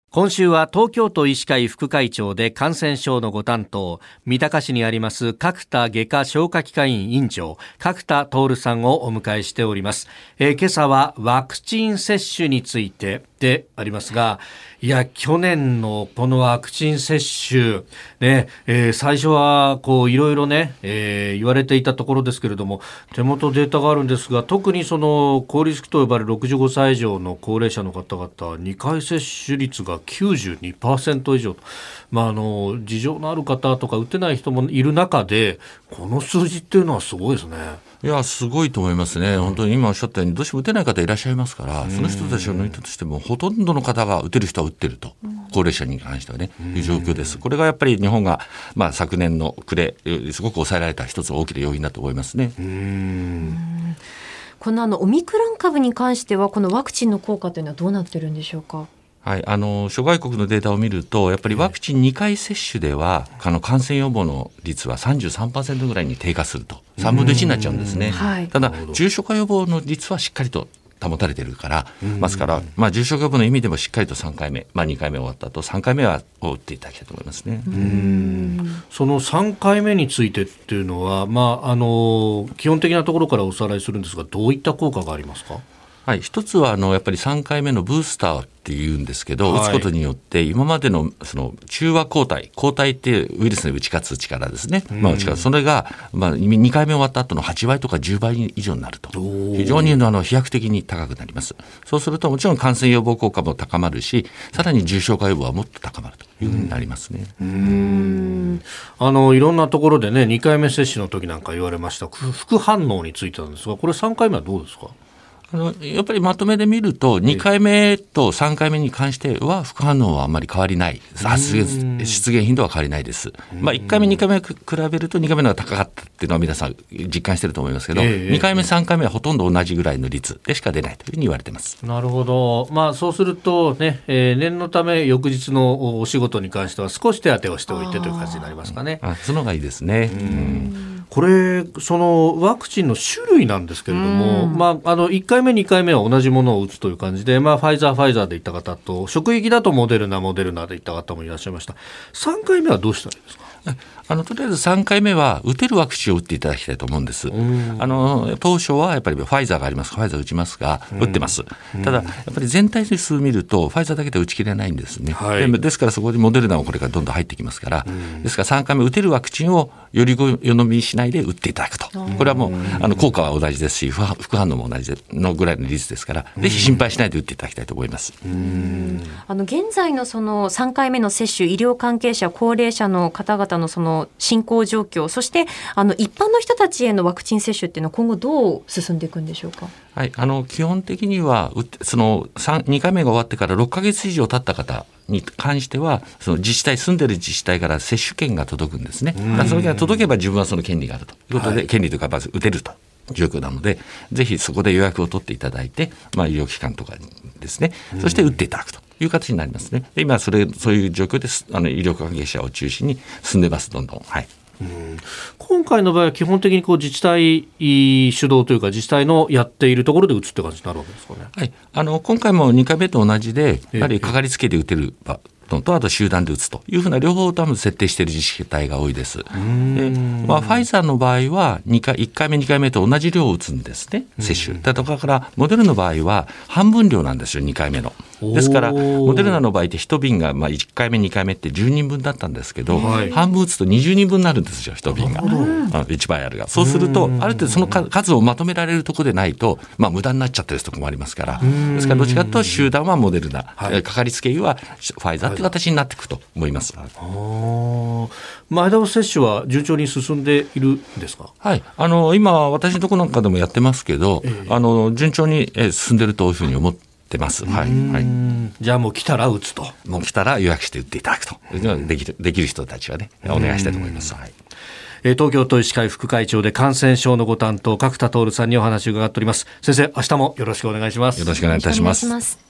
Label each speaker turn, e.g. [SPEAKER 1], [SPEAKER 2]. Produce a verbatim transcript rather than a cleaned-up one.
[SPEAKER 1] 今週は東京都医師会副会長で感染症のご担当、三鷹市にあります角田外科消化器科院院長角田徹さんをお迎えしております。えー、今朝はワクチン接種についてでありますが、いや去年のこのワクチン接種ね、えー、最初はこういろいろね、えー、言われていたところですけれども、手元データがあるんですが、特にその高リスクと呼ばれるろくじゅうごさい以上の高齢者の方々、にかい接種率が きゅうじゅうにパーセント 以上と、まあ、あの事情のある方とか打てない人もいる中で、この数字っていうのはすごいですね。
[SPEAKER 2] いやすごいと思いますね。本当に今おっしゃったようにどうしても打てない方いらっしゃいますから、その人たちを抜いたとしてもほとんどの方が打てる人は打ってると、高齢者に関してはね、いう状況です。これがやっぱり日本が、まあ、昨年の暮れすごく抑えられた一つ大きな要因だと思いますね。
[SPEAKER 3] うーん、このあのオミクロン株に関してはこのワクチンの効果というのはどうなってるんでしょうか。
[SPEAKER 2] はい、あの諸外国のデータを見るとやっぱりワクチンにかい接種ではあの感染予防の率は さんじゅうさんパーセント ぐらいに低下すると、さんぶんのいちになっちゃうんですね。
[SPEAKER 3] はい、
[SPEAKER 2] ただ重症化予防の率はしっかりと保たれているからますから、まあ、重症化予防の意味でもしっかりとさんかいめ、まあ、にかいめ終わった後さんかいめは打っていただきたいと思いますね。
[SPEAKER 1] うーん、そのさんかいめについてっていうのは、まあ、あの基本的なところからおさらいするんですが、どういった効果がありますか。
[SPEAKER 2] はい、一つはあのやっぱりさんかいめのブースターっていうんですけど、
[SPEAKER 1] はい、
[SPEAKER 2] 打つことによって今までのその中和抗体抗体ってウイルスに打ち勝つ力ですね、まあ、打ち勝つそれが、まあ、にかいめ終わった後のはちばいとかじゅうばい以上になると、非常にあの飛躍的に高くなります。そうするともちろん感染予防効果も高まるし、さらに重症化予防はもっと高まるというふうになりますね。
[SPEAKER 1] うーん、あのいろんなところでね、にかいめ接種の時なんか言われました副反応についてなんですが、これさんかいめはどうですか。
[SPEAKER 2] あのやっぱりまとめで見るとにかいめとさんかいめに関しては副反応はあまり変わりない、出現頻度は変わりないです。まあ、いっかいめにかいめ比べるとにかいめの方が高かったっていうのは皆さん実感してると思いますけど、にかいめさんかいめはほとんど同じぐらいの率でしか出ないというふうに言われてます。
[SPEAKER 1] なるほど、まあ、そうすると、ね、えー、念のため翌日のお仕事に関しては少し手当てをしておいてという感じになりますかね。
[SPEAKER 2] ああ、その方がいいですね。うん、
[SPEAKER 1] これそのワクチンの種類なんですけれども、まあ、あのいっかいめにかいめは同じものを打つという感じで、まあ、ファイザーファイザーでいった方と、職域だとモデルナモデルナでいった方もいらっしゃいました。さんかいめはどうしたらいいですか。
[SPEAKER 2] あのとりあえずさんかいめは打てるワクチンを打っていただきたいと思うんです。あの当初はやっぱりファイザーがあります。ファイザー打ちますが打ってます。ただやっぱり全体数見るとファイザーだけで打ち切れないんですね。はい、でですからそこでモデルナもこれからどんどん入ってきますから、ですからさんかいめ打てるワクチンをよりごよのみしないで打っていただくと、これはもうあの効果は同じですし副反応も同じのぐらいの率ですから、ぜひ心配しないで打っていただきたいと思います。
[SPEAKER 3] うん、あの現在のそのさんかいめの接種、医療関係者高齢者の方々のその進行状況、そしてあの一般の人たちへのワクチン接種っていうのは今後どう進んでいくんでしょうか。
[SPEAKER 2] はい、あの基本的にはそのにかいめが終わってからろっかげつ以上経った方に関してはその自治体住んでいる自治体から接種券が届くんですね。だからそれが届けば自分はその権利があるということで、はい、権利というかまず打てると状況なので、ぜひそこで予約を取っていただいて、まあ、医療機関とかですね、そして打っていただくという形になりますね。で今それそういう状況であの医療関係者を中心に進んでます。どんどん、はい、
[SPEAKER 1] うん、今回の場合は基本的にこう自治体主導というか自治体のやっているところで打つって感じになるわけですかね。
[SPEAKER 2] はい、あの今回もにかいめと同じでやはりかかりつけで打てる場とあと集団で打つというふうな両方多分設定している自治体が多いです。で、まあ、ファイザーの場合はにかいいっかいめにかいめと同じ量を打つんですね、接種だとからモデルの場合は半分量なんですよ、にかいめの。ですからモデルナの場合っていちびんがまあいっかいめにかいめってじゅうにんぶんだったんですけど、はい、半分打つとにじゅうにんぶんになるんですよ、いちびんがいちばいあるが。そうするとある程度その数をまとめられるところでないと、まあ、無駄になっちゃってるところもありますから、ですからどっちかというと集団はモデルナ、はい、かかりつけ医はファイザーという形になっていくと思います。あ
[SPEAKER 1] 前倒し接種は順調に進んでいるんですか。
[SPEAKER 2] はい、あの今私のところなんかでもやってますけど、えー、あの順調に進んでいるというふうに思って出ます。はいはい、
[SPEAKER 1] じゃあもう来たら打つと、
[SPEAKER 2] もう来たら予約して打っていただくとできる、できる人たちはねお願いしたいと思います。はい、
[SPEAKER 1] えー、東京都医師会副会長で感染症のご担当角田徹さんにお話を伺っております。先生、明日もよろしくお願いします。
[SPEAKER 2] よろしくお願いいたします。